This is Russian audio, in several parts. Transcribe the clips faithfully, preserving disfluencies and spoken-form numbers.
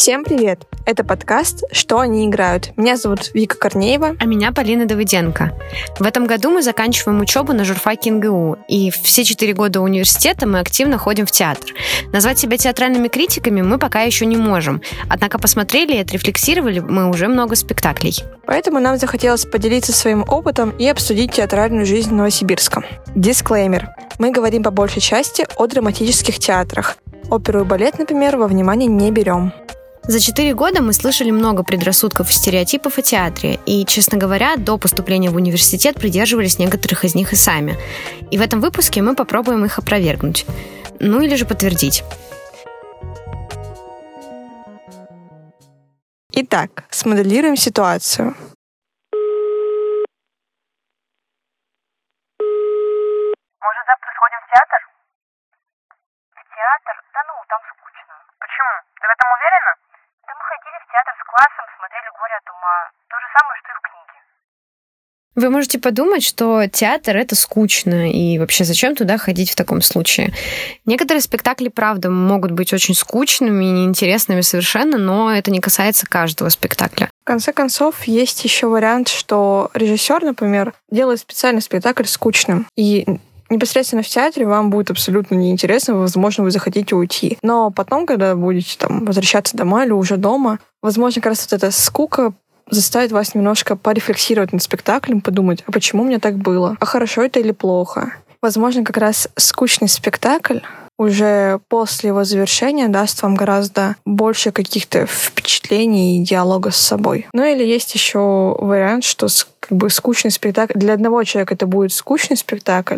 Всем привет! Это подкаст «Что они играют?». Меня зовут Вика Корнеева. А меня Полина Давыденко. В этом году мы заканчиваем учебу на журфаке эн гэ у, и все четыре года университета мы активно ходим в театр. Назвать себя театральными критиками мы пока еще не можем, однако посмотрели и отрефлексировали мы уже много спектаклей. Поэтому нам захотелось поделиться своим опытом и обсудить театральную жизнь Новосибирска. Дисклеймер. Мы говорим по большей части о драматических театрах. Оперу и балет, например, во внимание не берем. За четыре года мы слышали много предрассудков и стереотипов о театре, и, честно говоря, до поступления в университет придерживались некоторых из них и сами. И в этом выпуске мы попробуем их опровергнуть. Ну или же подтвердить. Итак, смоделируем ситуацию. Может, завтра сходим в театр? В театр? Да ну, там скучно. Почему? Ты в этом уверена? Да мы ходили в театр с классом, смотрели «Горе от ума». То же самое, что и в книге. Вы можете подумать, что театр — это скучно, и вообще зачем туда ходить в таком случае? Некоторые спектакли, правда, могут быть очень скучными и неинтересными совершенно, но это не касается каждого спектакля. В конце концов, есть еще вариант, что режиссер, например, делает специальный спектакль скучным, и непосредственно в театре вам будет абсолютно неинтересно, возможно, вы захотите уйти. Но потом, когда будете там возвращаться домой или уже дома, возможно, как раз вот эта скука заставит вас немножко порефлексировать над спектаклем, подумать, а почему мне так было? А хорошо это или плохо? Возможно, как раз скучный спектакль уже после его завершения даст вам гораздо больше каких-то впечатлений и диалога с собой. Ну или есть еще вариант, что как бы скучный спектакль... Для одного человека это будет скучный спектакль,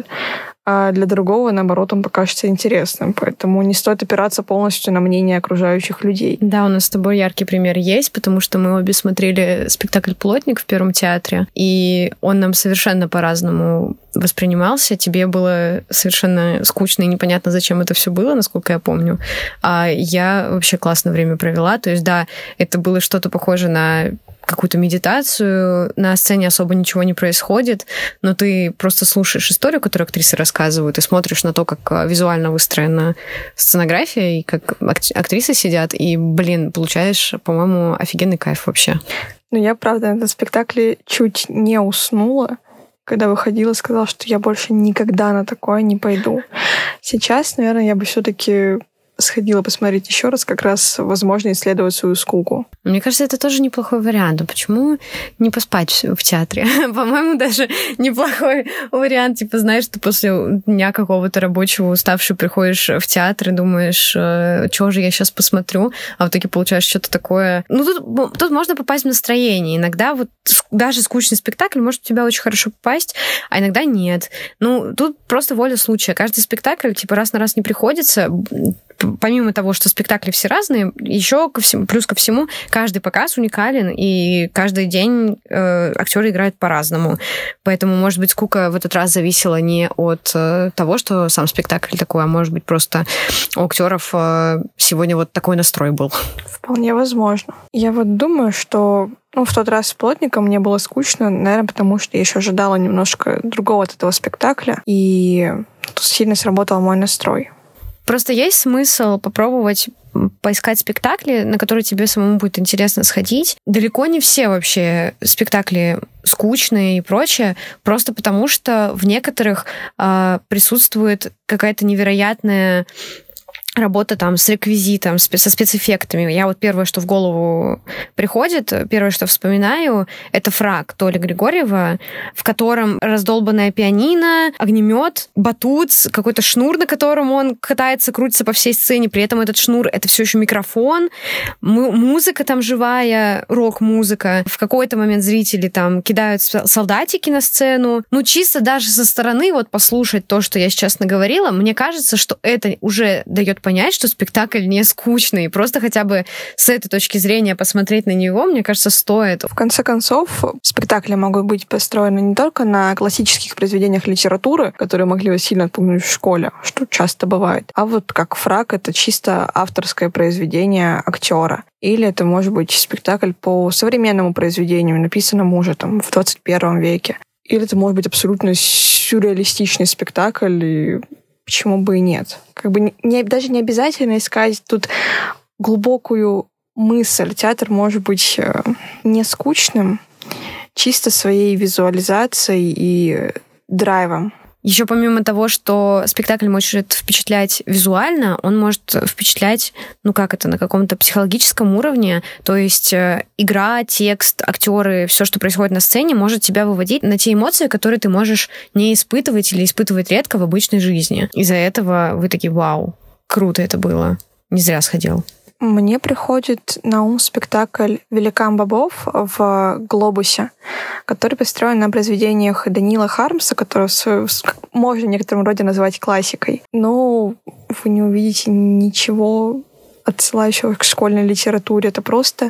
а для другого, наоборот, он покажется интересным. Поэтому не стоит опираться полностью на мнение окружающих людей. Да, у нас с тобой яркий пример есть, потому что мы обе смотрели спектакль «Плотник» в Первом театре, и он нам совершенно по-разному воспринимался. Тебе было совершенно скучно и непонятно, зачем это все было, насколько я помню. А я вообще классное время провела. То есть, да, это было что-то похоже на какую-то медитацию, на сцене особо ничего не происходит, но ты просто слушаешь историю, которую актрисы рассказывают, и смотришь на то, как визуально выстроена сценография, и как актрисы сидят, и, блин, получаешь, по-моему, офигенный кайф вообще. Ну, я, правда, на этом спектакле чуть не уснула, когда выходила, сказала, что я больше никогда на такое не пойду. Сейчас, наверное, я бы все-таки сходила посмотреть еще раз, как раз, возможно, исследовать свою скуку. Мне кажется, это тоже неплохой вариант. А почему не поспать в театре? По-моему, даже неплохой вариант. Типа, знаешь, ты после дня какого-то рабочего уставший приходишь в театр и думаешь, что же я сейчас посмотрю, а в итоге получаешь что-то такое. Ну, тут, тут можно попасть в настроение. Иногда вот даже скучный спектакль может у тебя очень хорошо попасть, а иногда нет. Ну, тут просто воля случая. Каждый спектакль, типа, раз на раз не приходится. Помимо того, что спектакли все разные, еще ко всему, плюс ко всему, каждый показ уникален, и каждый день э, актеры играют по-разному. Поэтому, может быть, скука в этот раз зависела не от э, того, что сам спектакль такой, а может быть, просто у актеров э, сегодня вот такой настрой был. Вполне возможно. Я вот думаю, что ну, в тот раз с «Плотником» мне было скучно, наверное, потому что я еще ожидала немножко другого от этого спектакля, и тут сильно сработал мой настрой. Просто есть смысл попробовать поискать спектакли, на которые тебе самому будет интересно сходить. Далеко не все вообще спектакли скучные и прочее, просто потому что в некоторых э, присутствует какая-то невероятная работа там с реквизитом, со спецэффектами. Я вот первое, что в голову приходит, первое, что вспоминаю, это фрак Толи Григорьева, в котором раздолбанная пианино, огнемет, батут, какой-то шнур, на котором он катается, крутится по всей сцене. При этом этот шнур — это все еще микрофон, музыка там живая, рок-музыка. В какой-то момент зрители там кидают солдатики на сцену. Ну, чисто даже со стороны вот послушать то, что я сейчас наговорила, мне кажется, что это уже дает понять, что спектакль не скучный. Просто хотя бы с этой точки зрения посмотреть на него, мне кажется, стоит. В конце концов, спектакли могут быть построены не только на классических произведениях литературы, которые могли вас сильно отпугнуть в школе, что часто бывает, а вот как «Фрак» — это чисто авторское произведение актера. Или это может быть спектакль по современному произведению, написанному уже там в двадцать первом веке. Или это может быть абсолютно сюрреалистичный спектакль, и почему бы и нет. Как бы не, даже не обязательно искать тут глубокую мысль. Театр может быть не скучным, чисто своей визуализацией и драйвом. Еще помимо того, что спектакль может впечатлять визуально, он может впечатлять, ну как это, на каком-то психологическом уровне. То есть игра, текст, актеры, все, что происходит на сцене, может тебя выводить на те эмоции, которые ты можешь не испытывать или испытывать редко в обычной жизни. Из-за этого вы такие: вау, круто это было. Не зря сходил. Мне приходит на ум спектакль «Великан бобов» в «Глобусе», который построен на произведениях Даниила Хармса, который можно в некотором роде назвать классикой. Но вы не увидите ничего отсылающего к школьной литературе. Это просто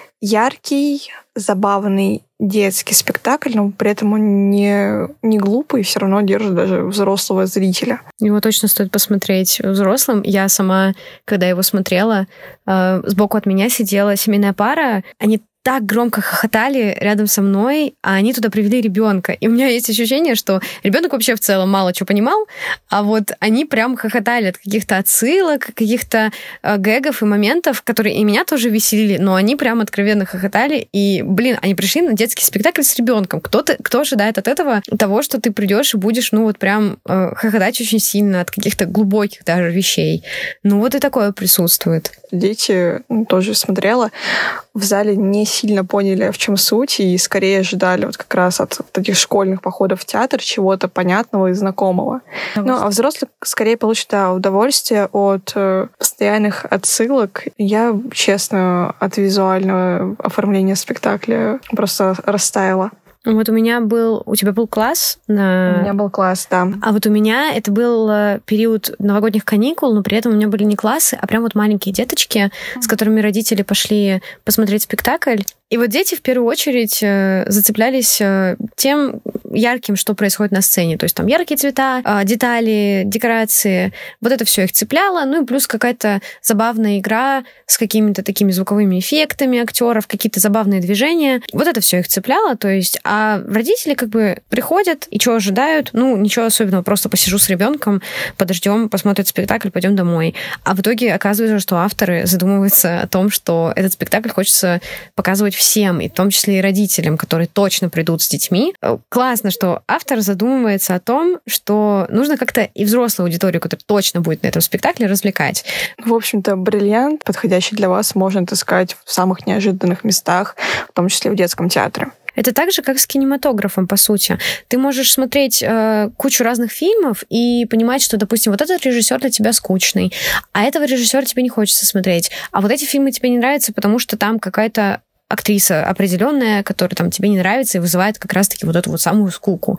яркий, забавный детский спектакль, но при этом он не, не глупый и все равно держит даже взрослого зрителя. Его точно стоит посмотреть взрослым. Я сама, когда его смотрела, э, сбоку от меня сидела семейная пара. Они так громко хохотали рядом со мной, а они туда привели ребенка. И у меня есть ощущение, что ребенок вообще в целом мало что понимал, а вот они прям хохотали от каких-то отсылок, каких-то э, гэгов и моментов, которые и меня тоже веселили, но они прям откровенно хохотали. И, блин, они пришли на детский спектакль с ребенком. Кто-то, кто ожидает от этого того, что ты придешь и будешь, ну вот прям э, хохотать очень сильно от каких-то глубоких даже вещей. Ну вот и такое присутствует. Дети, ну, тоже смотрела, в зале не сильно поняли, в чем суть, и скорее ожидали вот как раз от таких школьных походов в театр чего-то понятного и знакомого. Ну, а взрослые скорее получат да, удовольствие от э, постоянных отсылок. Я, честно, от визуального оформления спектакля просто растаяла. Вот у меня был... У тебя был класс? На... У меня был класс, да. А вот у меня это был период новогодних каникул, но при этом у меня были не классы, а прям вот маленькие деточки, с которыми родители пошли посмотреть спектакль. И вот дети в первую очередь зацеплялись тем ярким, что происходит на сцене. То есть там яркие цвета, детали, декорации. Вот это все их цепляло. Ну и плюс какая-то забавная игра с какими-то такими звуковыми эффектами актеров, какие-то забавные движения. Вот это все их цепляло. То есть, а родители как бы приходят и что ожидают? Ну, ничего особенного, просто посижу с ребенком, подождем, посмотрят спектакль, пойдем домой. А в итоге оказывается, что авторы задумываются о том, что этот спектакль хочется показывать всем, и в том числе и родителям, которые точно придут с детьми. Классно, что автор задумывается о том, что нужно как-то и взрослую аудиторию, которая точно будет на этом спектакле, развлекать. В общем-то, бриллиант, подходящий для вас, можно отыскать в самых неожиданных местах, в том числе в детском театре. Это так же, как с кинематографом, по сути. Ты можешь смотреть э, кучу разных фильмов и понимать, что, допустим, вот этот режиссер для тебя скучный, а этого режиссера тебе не хочется смотреть. А вот эти фильмы тебе не нравятся, потому что там какая-то актриса определенная, которая там тебе не нравится и вызывает как раз-таки вот эту вот самую скуку.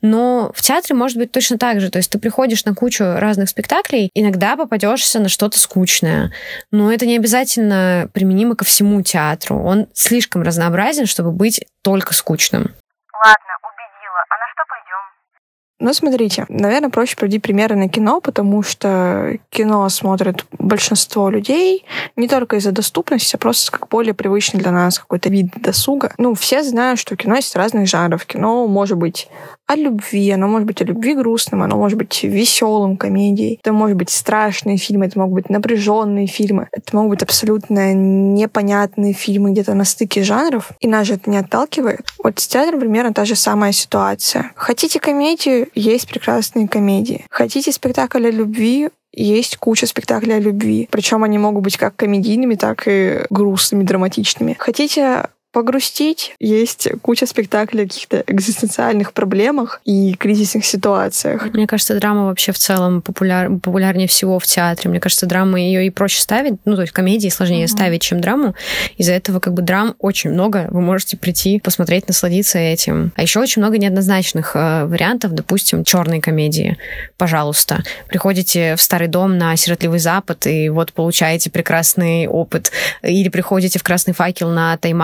Но в театре может быть точно так же. То есть ты приходишь на кучу разных спектаклей, иногда попадешься на что-то скучное. Но это не обязательно применимо ко всему театру. Он слишком разнообразен, чтобы быть только скучным. Ладно, убедила. А на что пойдем? Ну, смотрите, наверное, проще приводить примеры на кино, потому что кино смотрит большинство людей не только из-за доступности, а просто как более привычный для нас какой-то вид досуга. Ну, все знают, что кино есть разных жанров. Кино может быть о любви, оно может быть о любви грустным, оно может быть веселым комедией, это может быть страшные фильмы, это могут быть напряженные фильмы, это могут быть абсолютно непонятные фильмы где-то на стыке жанров, и нас же это не отталкивает. Вот с театром примерно та же самая ситуация. Хотите комедию? Есть прекрасные комедии. Хотите спектакль о любви? Есть куча спектаклей о любви. Причем они могут быть как комедийными, так и грустными, драматичными. Хотите погрустить? Есть куча спектаклей о каких-то экзистенциальных проблемах и кризисных ситуациях. Мне кажется, драма вообще в целом популяр... популярнее всего в театре. Мне кажется, драма ее и проще ставить, ну, то есть комедии сложнее mm-hmm. ставить, чем драму. Из-за этого как бы драм очень много. Вы можете прийти, посмотреть, насладиться этим. А еще очень много неоднозначных э, вариантов, допустим, черной комедии. Пожалуйста. Приходите в Старый дом на Сиротливый Запад и вот получаете прекрасный опыт. Или приходите в Красный факел на тайм-аут,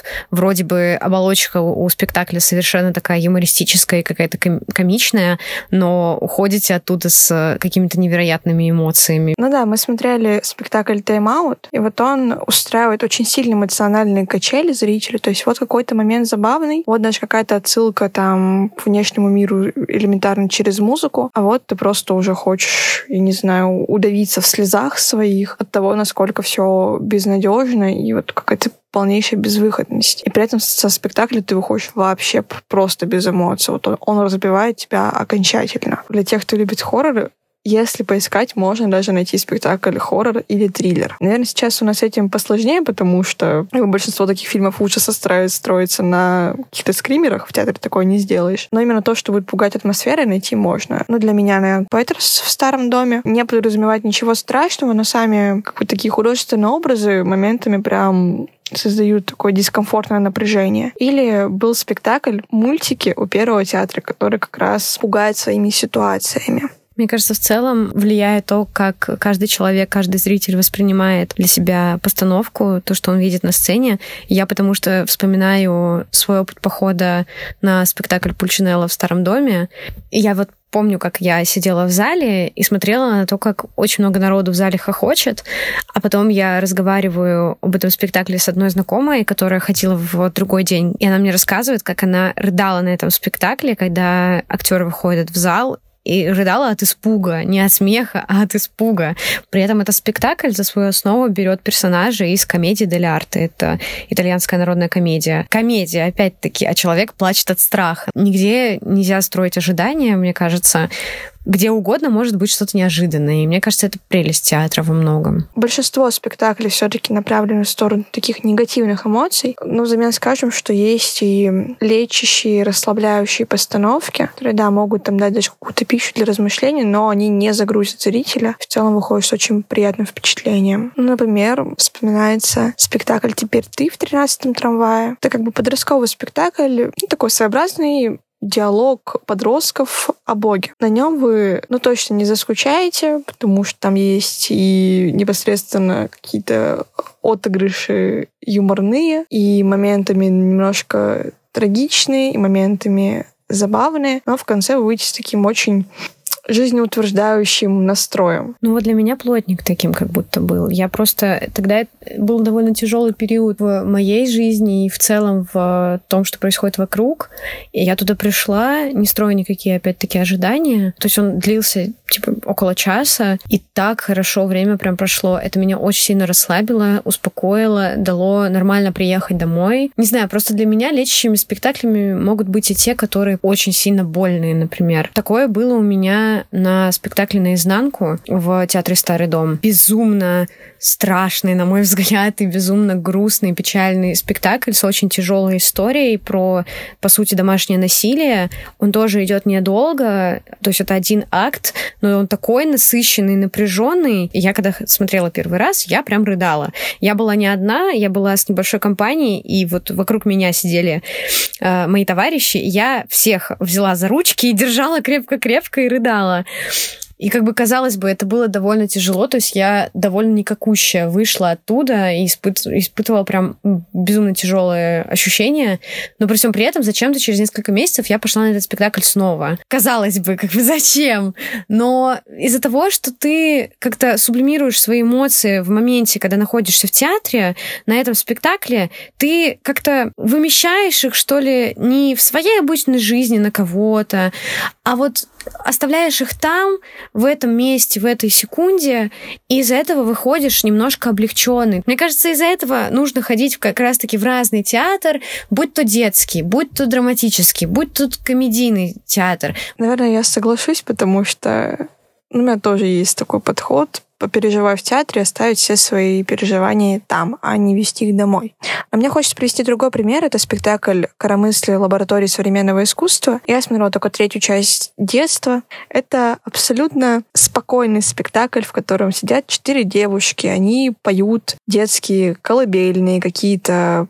вроде бы оболочка у спектакля совершенно такая юмористическая и какая-то комичная, но уходите оттуда с какими-то невероятными эмоциями. Ну да, мы смотрели спектакль «Тайм-аут», и вот он устраивает очень сильно эмоциональные качели зрителю. То есть вот какой-то момент забавный, вот даже какая-то отсылка там к внешнему миру элементарно через музыку, а вот ты просто уже хочешь, я не знаю, удавиться в слезах своих от того, насколько все безнадежно и вот какая-то полнейшая безвыходность. И при этом со спектакля ты выходишь вообще просто без эмоций. Вот он, он разбивает тебя окончательно. Для тех, кто любит хорроры, если поискать, можно даже найти спектакль хоррор или триллер. Наверное, сейчас у нас с этим посложнее, потому что большинство таких фильмов ужаса строится на каких-то скримерах. В театре такое не сделаешь. Но именно то, что будет пугать атмосферой, найти можно. Ну, для меня, наверное, Петерс в «Старом доме» не подразумевает ничего страшного, но сами как бы такие художественные образы моментами прям создают такое дискомфортное напряжение. Или был спектакль «Мультики» у Первого театра, который как раз пугает своими ситуациями. Мне кажется, в целом влияет то, как каждый человек, каждый зритель воспринимает для себя постановку, то, что он видит на сцене. Я потому что вспоминаю свой опыт похода на спектакль Пульчинелло в «Старом доме». И я вот помню, как я сидела в зале и смотрела на то, как очень много народу в зале хохочет, а потом я разговариваю об этом спектакле с одной знакомой, которая ходила в другой день, и она мне рассказывает, как она рыдала на этом спектакле, когда актеры выходят в зал, и рыдала от испуга, не от смеха, а от испуга. При этом этот спектакль за свою основу берет персонажей из комедии дель арте. Это итальянская народная комедия. Комедия, опять-таки, а человек плачет от страха. Нигде нельзя строить ожидания, мне кажется. Где угодно может быть что-то неожиданное. И мне кажется, это прелесть театра во многом. Большинство спектаклей все-таки направлены в сторону таких негативных эмоций. Но взамен скажем, что есть и лечащие, расслабляющие постановки, которые, да, могут там дать даже какую-то пищу для размышлений, но они не загрузят зрителя. В целом выходишь с очень приятным впечатлением. Ну, например, вспоминается спектакль «Теперь ты» в тринадцатом трамвае. Это как бы подростковый спектакль, ну, такой своеобразный диалог подростков о Боге. На нем вы, ну, точно не заскучаете, потому что там есть и непосредственно какие-то отыгрыши юморные, и моментами немножко трагичные, и моментами забавные, но в конце вы выйдете с таким очень жизнеутверждающим настроем. Ну вот для меня плотник таким как будто был. Я просто... Тогда был довольно тяжелый период в моей жизни и в целом в том, что происходит вокруг. И я туда пришла, не строя никакие, опять-таки, ожидания. То есть он длился, типа, около часа, и так хорошо время прям прошло. Это меня очень сильно расслабило, успокоило, дало нормально приехать домой. Не знаю, просто для меня лечащими спектаклями могут быть и те, которые очень сильно больные, например. Такое было у меня на спектакле «Наизнанку» в театре «Старый дом». Безумно страшный, на мой взгляд, и безумно грустный, печальный спектакль с очень тяжелой историей про, по сути, домашнее насилие. Он тоже идет недолго, то есть это один акт, но он такой насыщенный, напряженный. И я, когда смотрела первый раз, я прям рыдала. Я была не одна, я была с небольшой компанией, и вот вокруг меня сидели э, мои товарищи, и я всех взяла за ручки и держала крепко-крепко и рыдала. И как бы, казалось бы, это было довольно тяжело, то есть я довольно никакущая вышла оттуда и испыт... испытывала прям безумно тяжелые ощущения, но при всем при этом зачем-то через несколько месяцев я пошла на этот спектакль снова. Казалось бы, как бы зачем? Но из-за того, что ты как-то сублимируешь свои эмоции в моменте, когда находишься в театре, на этом спектакле, ты как-то вымещаешь их, что ли, не в своей обычной жизни на кого-то, а вот оставляешь их там, в этом месте, в этой секунде, и из-за этого выходишь немножко облегченный. Мне кажется, из-за этого нужно ходить как раз-таки в разный театр, будь то детский, будь то драматический, будь то комедийный театр. Наверное, я соглашусь, потому что у меня тоже есть такой подход. Попереживая в театре, оставить все свои переживания там, а не везти их домой. А мне хочется привести другой пример. Это спектакль «Коромыслие лаборатории современного искусства». Я смотрела только третью часть детства. Это абсолютно спокойный спектакль, в котором сидят четыре девушки. Они поют детские колыбельные, какие-то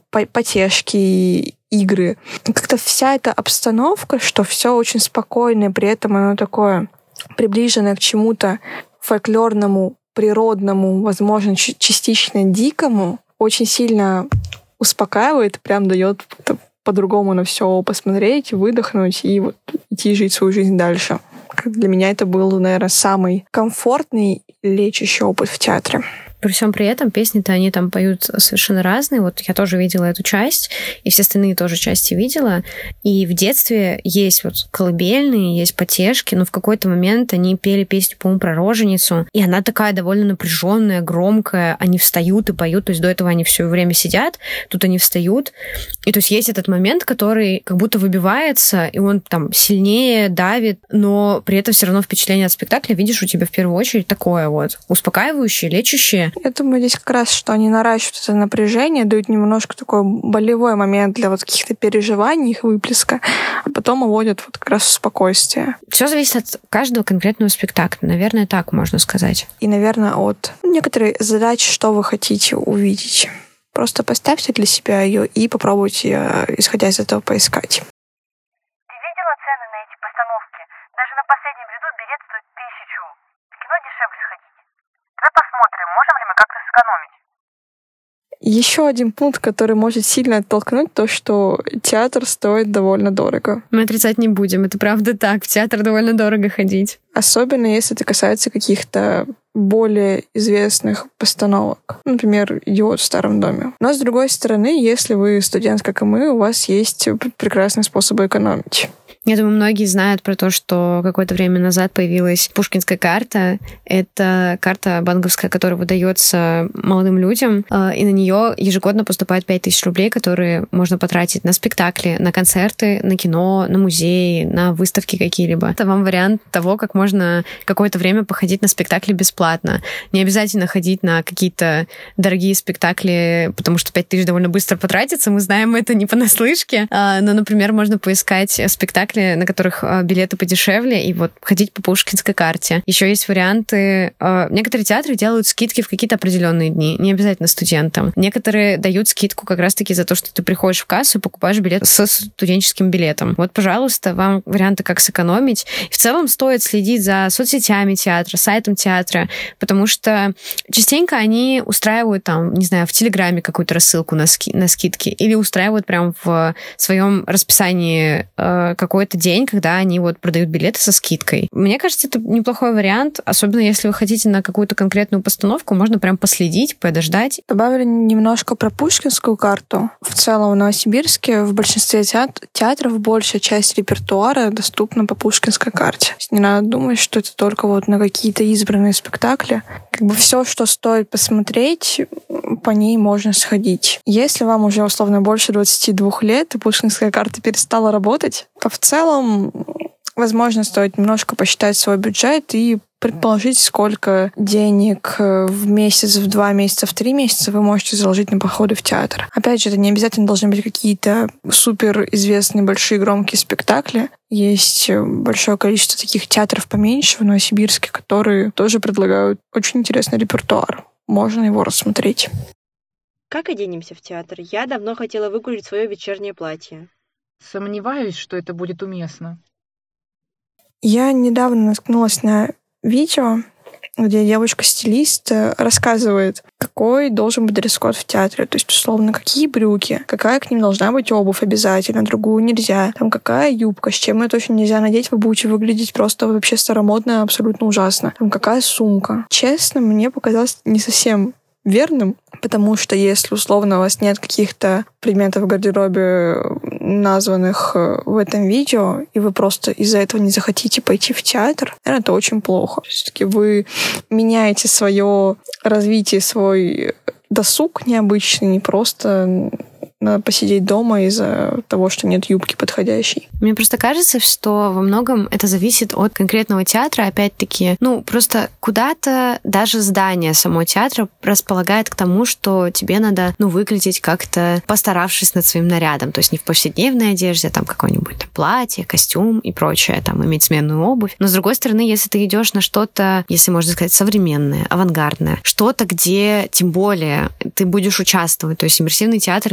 потешки, игры. Как-то вся эта обстановка, что все очень спокойное, при этом оно такое приближенное к чему-то фольклорному, природному, возможно, частично дикому, очень сильно успокаивает, прям дает по-другому на все посмотреть, выдохнуть и вот идти жить свою жизнь дальше. Для меня это был, наверное, самый комфортный лечащий опыт в театре. При всем при этом песни-то они там поют совершенно разные. Вот я тоже видела эту часть, и все остальные тоже части видела. И в детстве есть вот колыбельные, есть потешки, но в какой-то момент они пели песню, по-моему, про роженицу, и она такая довольно напряженная, громкая. Они встают и поют, то есть до этого они все время сидят, тут они встают. И то есть есть этот момент, который как будто выбивается, и он там сильнее давит, но при этом все равно впечатление от спектакля видишь у тебя в первую очередь такое вот успокаивающее, лечащее. Я думаю, здесь как раз, что они наращивают это напряжение, дают немножко такой болевой момент для вот каких-то переживаний, их выплеска, а потом уводят вот как раз в спокойствие. Все зависит от каждого конкретного спектакля. Наверное, так можно сказать. И, наверное, от некоторой задачи, что вы хотите увидеть. Просто поставьте для себя ее и попробуйте, исходя из этого, поискать. Ты видела цены на эти постановки? Даже на последнем ряду билет стоит тысячу. В кино дешевле сходить. Давай посмотрим, можем ли мы как-то сэкономить. Еще один пункт, который может сильно оттолкнуть, то, что театр стоит довольно дорого. Мы отрицать не будем, это правда так. В театр довольно дорого ходить. Особенно если это касается каких-то более известных постановок. Например, «Идиот в старом доме». Но, с другой стороны, если вы студент, как и мы, у вас есть прекрасные способы экономить. Я думаю, многие знают про то, что какое-то время назад появилась пушкинская карта. Это карта банковская, которая выдается молодым людям, и на нее ежегодно поступает пять тысяч рублей, которые можно потратить на спектакли, на концерты, на кино, на музеи, на выставки какие-либо. Это вам вариант того, как можно какое-то время походить на спектакли бесплатно. Не обязательно ходить на какие-то дорогие спектакли, потому что пять тысяч довольно быстро потратится. Мы знаем это не понаслышке. Но, например, можно поискать спектакли, на которых билеты подешевле, и вот ходить по пушкинской карте. Еще есть варианты. Некоторые театры делают скидки в какие-то определенные дни, не обязательно студентам. Некоторые дают скидку как раз-таки за то, что ты приходишь в кассу и покупаешь билет со студенческим билетом. Вот, пожалуйста, вам варианты, как сэкономить. И в целом стоит следить за соцсетями театра, сайтом театра, потому что частенько они устраивают там, не знаю, в Телеграме какую-то рассылку на, ски- на скидки или устраивают прям в своем расписании э, какой-то день, когда они вот продают билеты со скидкой. Мне кажется, это неплохой вариант, особенно если вы хотите на какую-то конкретную постановку, можно прям последить, подождать. Добавили немножко про пушкинскую карту. В целом в Новосибирске в большинстве театров большая часть репертуара доступна по пушкинской карте. Не надо думать, что это только вот на какие-то избранные спектакли. Как бы все, что стоит посмотреть, по ней можно сходить. Если вам уже условно больше двадцати двух лет и пушкинская карта перестала работать, то в целом, возможно, стоит немножко посчитать свой бюджет и предположить, сколько денег в месяц, в два месяца, в три месяца вы можете заложить на походы в театр. Опять же, это не обязательно должны быть какие-то суперизвестные большие громкие спектакли. Есть большое количество таких театров поменьше в Новосибирске, которые тоже предлагают очень интересный репертуар. Можно его рассмотреть. Как оденемся в театр? Я давно хотела выгулить свое вечернее платье. Сомневаюсь, что это будет уместно. Я недавно наткнулась на видео, где девушка-стилист рассказывает, какой должен быть дресс-код в театре. То есть, условно, какие брюки, какая к ним должна быть обувь обязательно, другую нельзя, там какая юбка, с чем ее точно нельзя надеть, вы будете выглядеть просто вообще старомодно, абсолютно ужасно. Там какая сумка. Честно, мне показалось не совсем верным, потому что если, условно, у вас нет каких-то предметов в гардеробе, названных в этом видео, и вы просто из-за этого не захотите пойти в театр, наверное, это очень плохо. Все-таки вы меняете свое развитие, свой досуг необычный, не просто надо посидеть дома из-за того, что нет юбки подходящей. Мне просто кажется, что во многом это зависит от конкретного театра. Опять-таки, ну, просто куда-то даже здание самого театра располагает к тому, что тебе надо, ну, выглядеть как-то постаравшись над своим нарядом. То есть не в повседневной одежде, а там какое-нибудь там, платье, костюм и прочее, там иметь сменную обувь. Но, с другой стороны, если ты идешь на что-то, если можно сказать, современное, авангардное, что-то, где, тем более, ты будешь участвовать. То есть иммерсивный театр иногда предполагает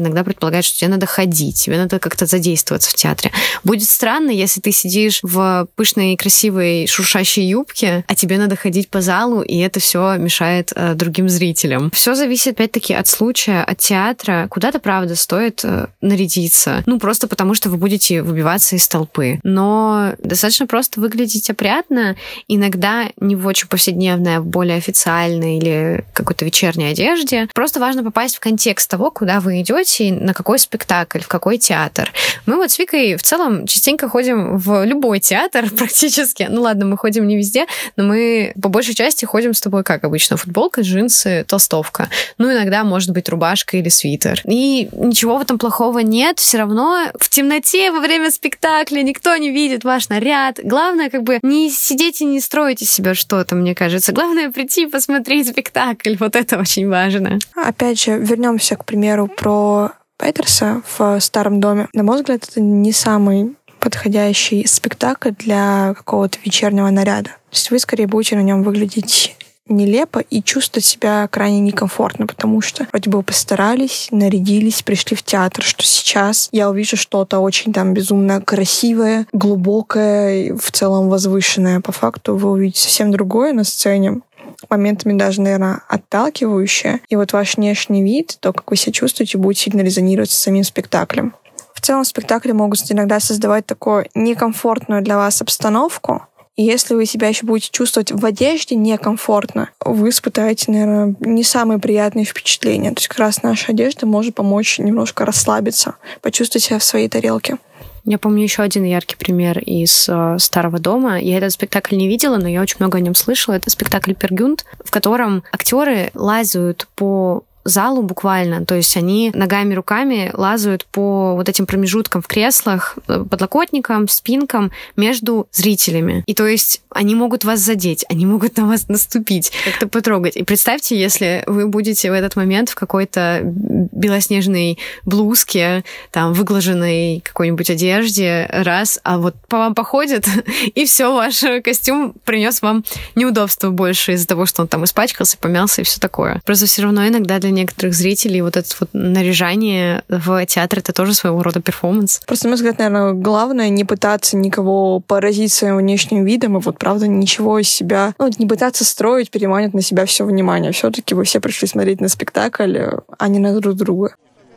предполагает, что тебе надо ходить, тебе надо как-то задействоваться в театре. Будет странно, если ты сидишь в пышной, красивой, шуршащей юбке, а тебе надо ходить по залу, и это все мешает э, другим зрителям. Все зависит, опять-таки, от случая, от театра. Куда-то, правда, стоит э, нарядиться. Ну, просто потому, что вы будете выбиваться из толпы. Но достаточно просто выглядеть опрятно. Иногда не в очень повседневной, а в более официальной или какой-то вечерней одежде. Просто важно попасть в контекст того, куда вы идете, на какой спектакль, в какой театр. Мы вот с Викой в целом частенько ходим в любой театр практически. Ну ладно, мы ходим не везде, но мы по большей части ходим с тобой, как обычно, футболка, джинсы, толстовка. Ну, иногда, может быть, рубашка или свитер. И ничего в этом плохого нет. Все равно в темноте во время спектакля никто не видит ваш наряд. Главное, как бы, не сидеть и не строить из себя что-то, мне кажется. Главное прийти посмотреть спектакль. Вот это очень важно. Опять же, вернемся, к примеру, про Петерса в «Старом доме». На мой взгляд, это не самый подходящий спектакль для какого-то вечернего наряда. То есть вы скорее будете на нем выглядеть нелепо и чувствовать себя крайне некомфортно, потому что вроде бы вы постарались, нарядились, пришли в театр, что сейчас я увижу что-то очень там безумно красивое, глубокое и в целом возвышенное. По факту вы увидите совсем другое на сцене, моментами даже, наверное, отталкивающее. И вот ваш внешний вид, то, как вы себя чувствуете, будет сильно резонировать с самим спектаклем. В целом спектакли могут иногда создавать такую некомфортную для вас обстановку. И если вы себя еще будете чувствовать в одежде некомфортно, вы испытаете, наверное, не самые приятные впечатления. То есть как раз наша одежда может помочь немножко расслабиться, почувствовать себя в своей тарелке. Я помню еще один яркий пример из э, «Старого дома». Я этот спектакль не видела, но я очень много о нем слышала. Это спектакль «Пергюнд», в котором актеры лазают по залу буквально, то есть они ногами, руками лазают по вот этим промежуткам в креслах, подлокотникам, спинкам между зрителями. И то есть они могут вас задеть, они могут на вас наступить, как-то потрогать. И представьте, если вы будете в этот момент в какой-то белоснежной блузке, там, выглаженной какой-нибудь одежде, раз, а вот по вам походит, и все, ваш костюм принес вам неудобства больше из-за того, что он там испачкался, помялся и все такое. Просто все равно иногда для некоторых зрителей вот это вот наряжание в театр — это тоже своего рода перформанс. Просто, на мой взгляд, наверное, главное не пытаться никого поразить своим внешним видом, и вот, правда, ничего из себя, ну, не пытаться строить, переманивать на себя все внимание. Все-таки вы все пришли смотреть на спектакль, а не на друг друга.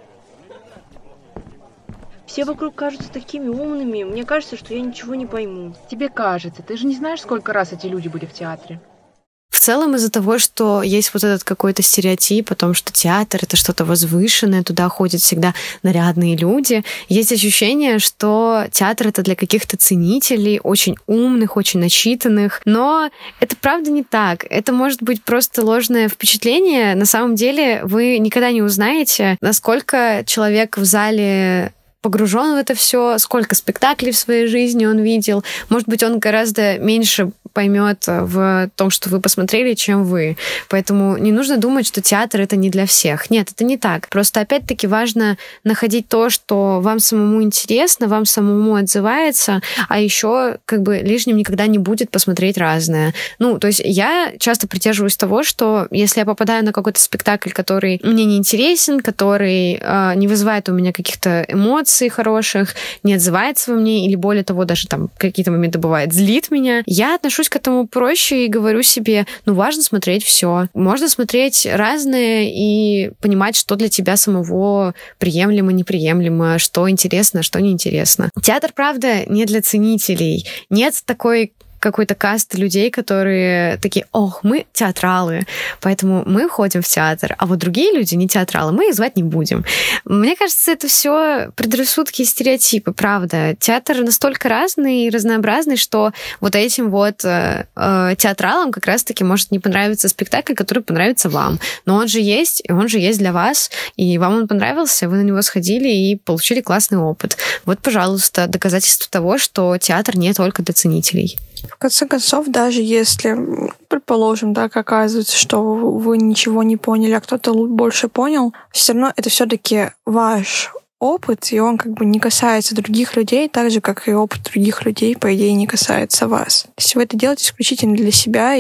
Все вокруг кажутся такими умными. Мне кажется, что я ничего не пойму. Тебе кажется. Ты же не знаешь, сколько раз эти люди были в театре. В целом из-за того, что есть вот этот какой-то стереотип о том, что театр — это что-то возвышенное, туда ходят всегда нарядные люди, есть ощущение, что театр — это для каких-то ценителей, очень умных, очень начитанных. Но это правда не так. Это может быть просто ложное впечатление. На самом деле вы никогда не узнаете, насколько человек в зале погружен в это все, сколько спектаклей в своей жизни он видел. Может быть, он гораздо меньше поймет в том, что вы посмотрели, чем вы. Поэтому не нужно думать, что театр — это не для всех. Нет, это не так. Просто опять-таки важно находить то, что вам самому интересно, вам самому отзывается, а еще как бы лишним никогда не будет посмотреть разное. Ну, то есть я часто придерживаюсь того, что если я попадаю на какой-то спектакль, который мне не интересен, который э, не вызывает у меня каких-то эмоций хороших, не отзывается во мне, или более того, даже там какие-то моменты бывает, злит меня, я отношусь к этому проще и говорю себе, ну, важно смотреть все. Можно смотреть разное и понимать, что для тебя самого приемлемо, неприемлемо, что интересно, что неинтересно. Театр, правда, не для ценителей. Нет такой какой-то каст людей, которые такие: ох, мы театралы, поэтому мы ходим в театр, а вот другие люди не театралы, мы их звать не будем. Мне кажется, это все предрассудки и стереотипы, правда. Театр настолько разный и разнообразный, что вот этим вот э, э, театралам как раз-таки может не понравиться спектакль, который понравится вам. Но он же есть, и он же есть для вас, и вам он понравился, вы на него сходили и получили классный опыт. Вот, пожалуйста, доказательство того, что театр не только для ценителей. В конце концов, даже если, предположим, так оказывается, что вы ничего не поняли, а кто-то больше понял, все равно это все-таки ваш опыт, и он как бы не касается других людей, так же, как и опыт других людей, по идее, не касается вас. То есть вы это делаете исключительно для себя, и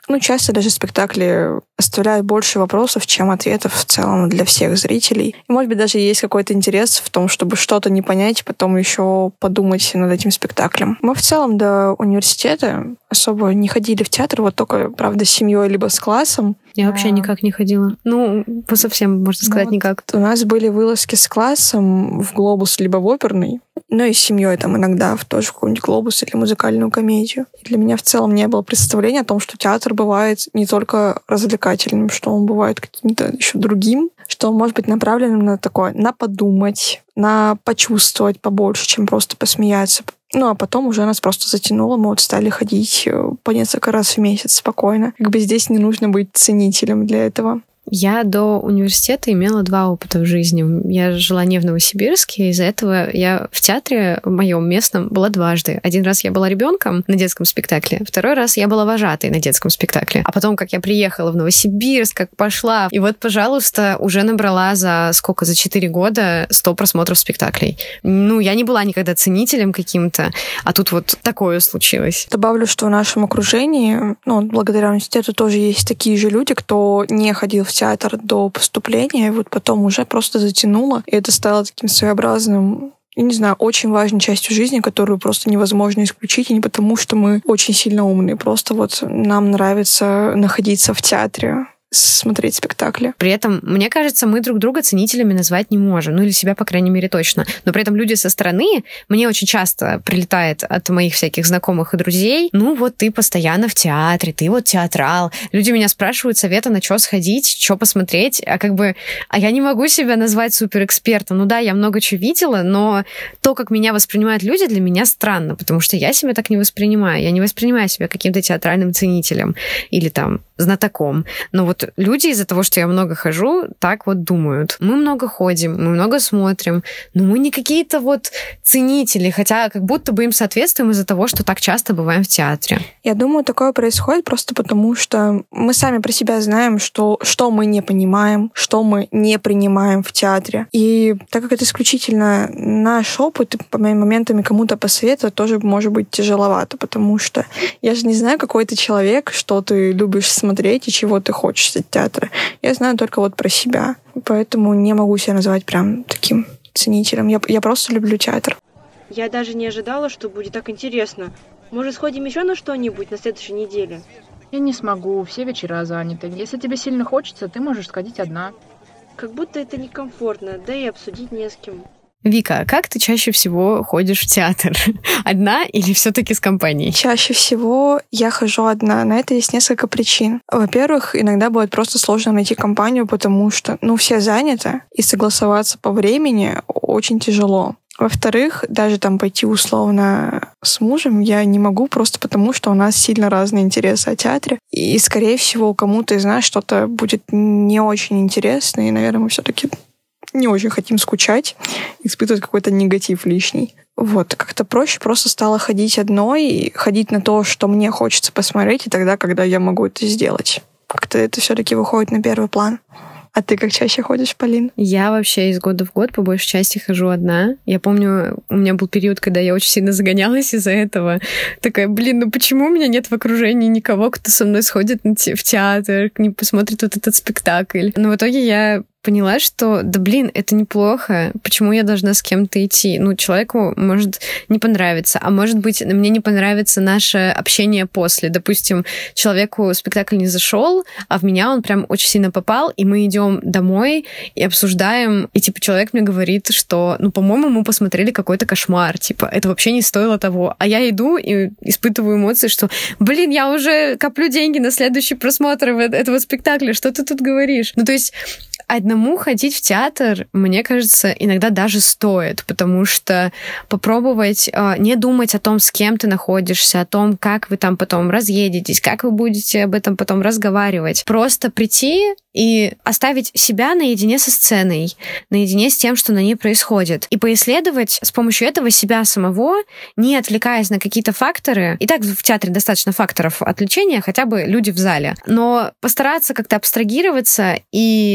Ну, часто даже спектакли оставляют больше вопросов, чем ответов в целом для всех зрителей. И, может быть, даже есть какой-то интерес в том, чтобы что-то не понять, потом еще подумать над этим спектаклем. Мы в целом до университета особо не ходили в театр, вот только, правда, с семьей либо с классом. Я вообще никак не ходила. Ну, по совсем, можно сказать, ну, никак. У нас были вылазки с классом в «Глобус» либо в оперный. Ну и с семьей там иногда в тоже какой-нибудь «Глобус» или музыкальную комедию. И для меня в целом не было представления о том, что театр бывает не только развлекательным, что он бывает каким-то еще другим, что он может быть направленным на такое, на подумать, на почувствовать побольше, чем просто посмеяться. Ну, а потом уже нас просто затянуло, мы вот стали ходить по несколько раз в месяц спокойно. Как бы здесь не нужно быть ценителем для этого. Я до университета имела два опыта в жизни. Я жила не в Новосибирске, из-за этого я в театре в моем местном была дважды. Один раз я была ребенком на детском спектакле, второй раз я была вожатой на детском спектакле. А потом, как я приехала в Новосибирск, как пошла, и вот, пожалуйста, уже набрала за сколько, за четыре года сто просмотров спектаклей. Ну, я не была никогда ценителем каким-то, а тут вот такое случилось. Добавлю, что в нашем окружении, ну, благодаря университету тоже есть такие же люди, кто не ходил в театр до поступления, и вот потом уже просто затянуло, и это стало таким своеобразным, я не знаю, очень важной частью жизни, которую просто невозможно исключить, и не потому, что мы очень сильно умные, просто вот нам нравится находиться в театре, смотреть спектакли. При этом, мне кажется, мы друг друга ценителями назвать не можем. Ну, или себя, по крайней мере, точно. Но при этом люди со стороны, мне очень часто прилетает от моих всяких знакомых и друзей, ну, вот ты постоянно в театре, ты вот театрал. Люди меня спрашивают совета, на что сходить, что посмотреть, а как бы... А я не могу себя назвать суперэкспертом. Ну да, я много чего видела, но то, как меня воспринимают люди, для меня странно, потому что я себя так не воспринимаю. Я не воспринимаю себя каким-то театральным ценителем или там знатоком. Но вот люди из-за того, что я много хожу, так вот думают. Мы много ходим, мы много смотрим, но мы не какие-то вот ценители, хотя как будто бы им соответствуем из-за того, что так часто бываем в театре. Я думаю, такое происходит просто потому, что мы сами про себя знаем, что, что мы не понимаем, что мы не принимаем в театре. И так как это исключительно наш опыт, по моим моментам кому-то посоветовать тоже может быть тяжеловато, потому что я же не знаю, какой ты человек, что ты любишь смотреть, смотреть и чего ты хочешь от театра. Я знаю только вот про себя, поэтому не могу себя назвать прям таким ценителем. Я, я просто люблю театр. Я даже не ожидала, что будет так интересно. Может, сходим еще на что-нибудь на следующей неделе? Я не смогу, все вечера заняты. Если тебе сильно хочется, ты можешь сходить одна. Как будто это некомфортно, да и обсудить не с кем. Вика, как ты чаще всего ходишь в театр? Одна или все-таки с компанией? Чаще всего я хожу одна. На это есть несколько причин. Во-первых, иногда бывает просто сложно найти компанию, потому что, ну, все заняты, и согласоваться по времени очень тяжело. Во-вторых, даже там пойти условно с мужем я не могу, просто потому что у нас сильно разные интересы о театре. И, скорее всего, кому-то из нас что-то будет не очень интересно, и, наверное, мы все-таки не очень хотим скучать, испытывать какой-то негатив лишний. Вот, как-то проще просто стало ходить одной, и ходить на то, что мне хочется посмотреть, и тогда, когда я могу это сделать. Как-то это все-таки выходит на первый план. А ты как чаще ходишь, Полин? Я вообще из года в год по большей части хожу одна. Я помню, у меня был период, когда я очень сильно загонялась из-за этого. Такая, блин, ну почему у меня нет в окружении никого, кто со мной сходит в театр, не посмотрит вот этот спектакль. Но в итоге я поняла, что, да блин, это неплохо. Почему я должна с кем-то идти? Ну, человеку может не понравиться, а может быть, мне не понравится наше общение после. Допустим, человеку спектакль не зашел, а в меня он прям очень сильно попал, и мы идем домой и обсуждаем, и типа человек мне говорит, что, ну, по-моему, мы посмотрели какой-то кошмар, типа, это вообще не стоило того. А я иду и испытываю эмоции, что, блин, я уже коплю деньги на следующий просмотр этого спектакля, что ты тут говоришь? Ну, то есть одному ходить в театр, мне кажется, иногда даже стоит, потому что попробовать э, не думать о том, с кем ты находишься, о том, как вы там потом разъедетесь, как вы будете об этом потом разговаривать. Просто прийти и оставить себя наедине со сценой, наедине с тем, что на ней происходит, и поисследовать с помощью этого себя самого, не отвлекаясь на какие-то факторы. И так в театре достаточно факторов отвлечения, хотя бы люди в зале. Но постараться как-то абстрагироваться и не иметь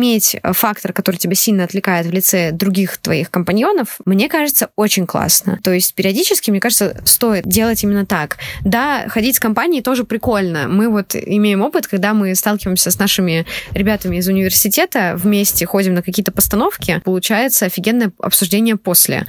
иметь фактор, который тебя сильно отвлекает в лице других твоих компаньонов, мне кажется, очень классно. То есть периодически, мне кажется, стоит делать именно так. Да, ходить с компанией тоже прикольно. Мы вот имеем опыт, когда мы сталкиваемся с нашими ребятами из университета, вместе ходим на какие-то постановки, получается офигенное обсуждение после.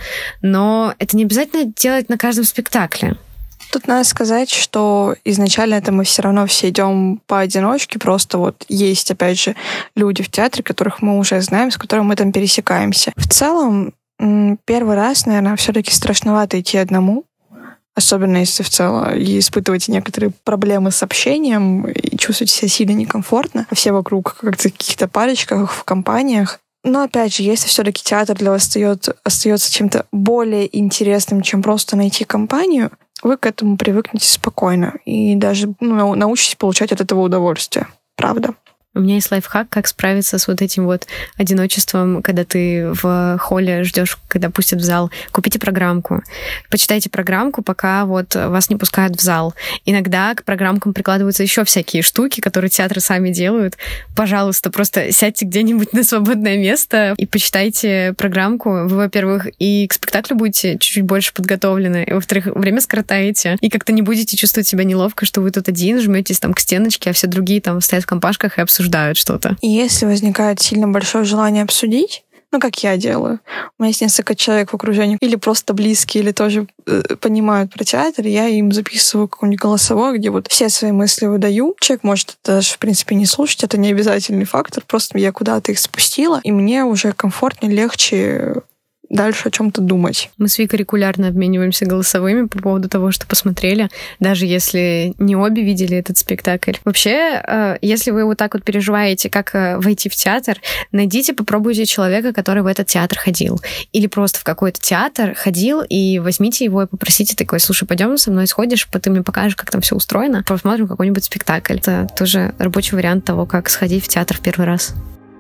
Но это не обязательно делать на каждом спектакле. Тут надо сказать, что изначально это мы все равно все идем поодиночке, просто вот есть, опять же, люди в театре, которых мы уже знаем, с которыми мы там пересекаемся. В целом, первый раз, наверное, все-таки страшновато идти одному, особенно если в целом и испытываете некоторые проблемы с общением и чувствуете себя сильно некомфортно. Все вокруг как-то в каких-то парочках, в компаниях. Но, опять же, если все-таки театр для вас остается, остается чем-то более интересным, чем просто найти компанию, вы к этому привыкнете спокойно и даже ну, научитесь получать от этого удовольствие. Правда. У меня есть лайфхак, как справиться с вот этим вот одиночеством, когда ты в холле ждешь, когда пустят в зал. Купите программку. Почитайте программку, пока вот вас не пускают в зал. Иногда к программкам прикладываются еще всякие штуки, которые театры сами делают. Пожалуйста, просто сядьте где-нибудь на свободное место и почитайте программку. Вы, во-первых, и к спектаклю будете чуть-чуть больше подготовлены, и, во-вторых, время скоротаете, и как-то не будете чувствовать себя неловко, что вы тут один, жметесь там к стеночке, а все другие там стоят в компашках и обсуждают что-то. И если возникает сильно большое желание обсудить, ну, как я делаю, у меня есть несколько человек в окружении, или просто близкие, или тоже э, понимают про театр, я им записываю какой-нибудь голосовой, где вот все свои мысли выдаю. Человек может это даже, в принципе, не слушать, это не обязательный фактор, просто я куда-то их спустила, и мне уже комфортнее, легче дальше о чем-то думать. Мы с Викой регулярно обмениваемся голосовыми по поводу того, что посмотрели, даже если не обе видели этот спектакль. Вообще, если вы вот так вот переживаете, как войти в театр, найдите, попробуйте человека, который в этот театр ходил. Или просто в какой-то театр ходил, и возьмите его и попросите такой: слушай, пойдем со мной сходишь, ты мне покажешь, как там все устроено, посмотрим какой-нибудь спектакль. Это тоже рабочий вариант того, как сходить в театр в первый раз.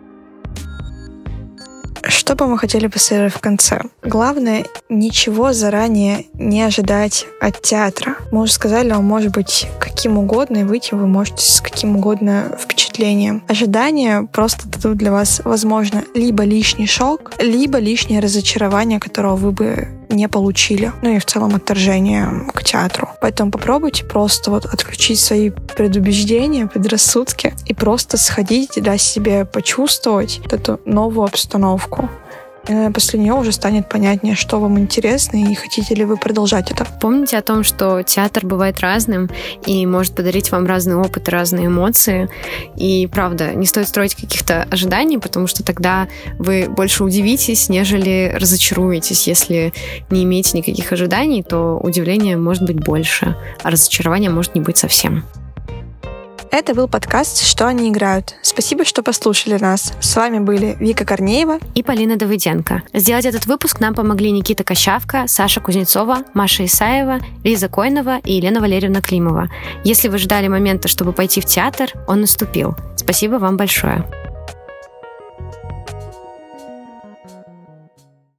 Что бы мы хотели посоветовать в конце? Главное, ничего заранее не ожидать от театра. Мы уже сказали, он может быть каким угодно, и выйти вы можете с каким угодно впечатлением. Ожидания просто дадут для вас, возможно, либо лишний шок, либо лишнее разочарование, которого вы бы не получили. Ну и в целом отторжение к театру. Поэтому попробуйте просто вот отключить свои предубеждения, предрассудки и просто сходить, дать себе почувствовать вот эту новую обстановку. И, наверное, после нее уже станет понятнее, что вам интересно и хотите ли вы продолжать это. Помните о том, что театр бывает разным и может подарить вам разный опыт, разные эмоции. И, правда, не стоит строить каких-то ожиданий, потому что тогда вы больше удивитесь, нежели разочаруетесь. Если не имеете никаких ожиданий, то удивления может быть больше, а разочарования может не быть совсем. Это был подкаст «Что они играют?». Спасибо, что послушали нас. С вами были Вика Корнеева и Полина Давыденко. Сделать этот выпуск нам помогли Никита Кощавка, Саша Кузнецова, Маша Исаева, Лиза Койнова и Елена Валерьевна Климова. Если вы ждали момента, чтобы пойти в театр, он наступил. Спасибо вам большое.